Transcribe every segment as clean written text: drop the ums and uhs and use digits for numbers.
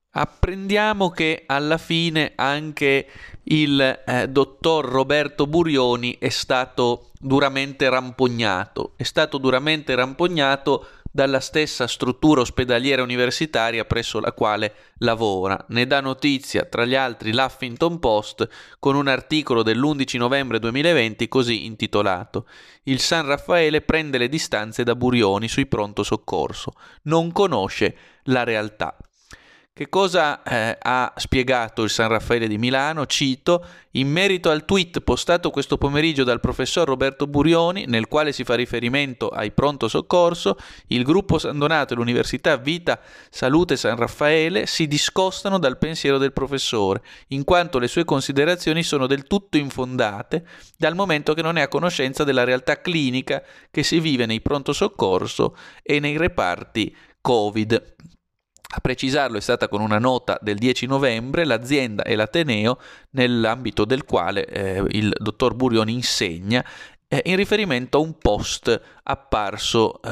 Apprendiamo che alla fine anche il dottor Roberto Burioni è stato duramente rampognato. È stato duramente rampognato dalla stessa struttura ospedaliera universitaria presso la quale lavora. Ne dà notizia, tra gli altri, l'Huffington Post con un articolo dell'11 novembre 2020 così intitolato: Il San Raffaele prende le distanze da Burioni sui pronto soccorso. Non conosce la realtà. Che cosa ha spiegato il San Raffaele di Milano? Cito: in merito al tweet postato questo pomeriggio dal professor Roberto Burioni, nel quale si fa riferimento ai pronto soccorso, il gruppo San Donato e l'Università Vita Salute San Raffaele si discostano dal pensiero del professore, in quanto le sue considerazioni sono del tutto infondate, dal momento che non è a conoscenza della realtà clinica che si vive nei pronto soccorso e nei reparti Covid. A precisarlo è stata con una nota del 10 novembre l'azienda e l'Ateneo, nell'ambito del quale il dottor Burioni insegna, in riferimento a un post apparso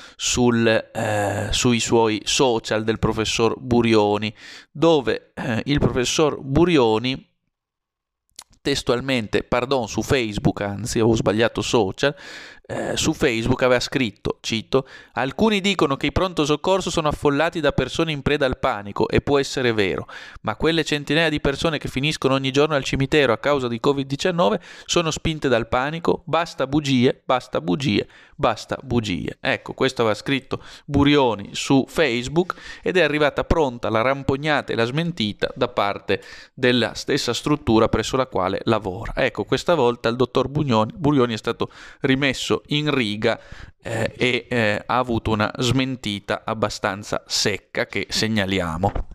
sui suoi social del professor Burioni, dove il professor Burioni testualmente, su Facebook, anzi avevo sbagliato social, su Facebook aveva scritto, cito: alcuni dicono che i pronto soccorso sono affollati da persone in preda al panico, e può essere vero, ma quelle centinaia di persone che finiscono ogni giorno al cimitero a causa di Covid-19 sono spinte dal panico. Basta bugie, basta bugie, basta bugie. Ecco, questo aveva scritto Burioni su Facebook, ed è arrivata pronta la rampognata e la smentita da parte della stessa struttura presso la quale lavora. Ecco, questa volta il dottor Burioni è stato rimesso in riga e ha avuto una smentita abbastanza secca che segnaliamo.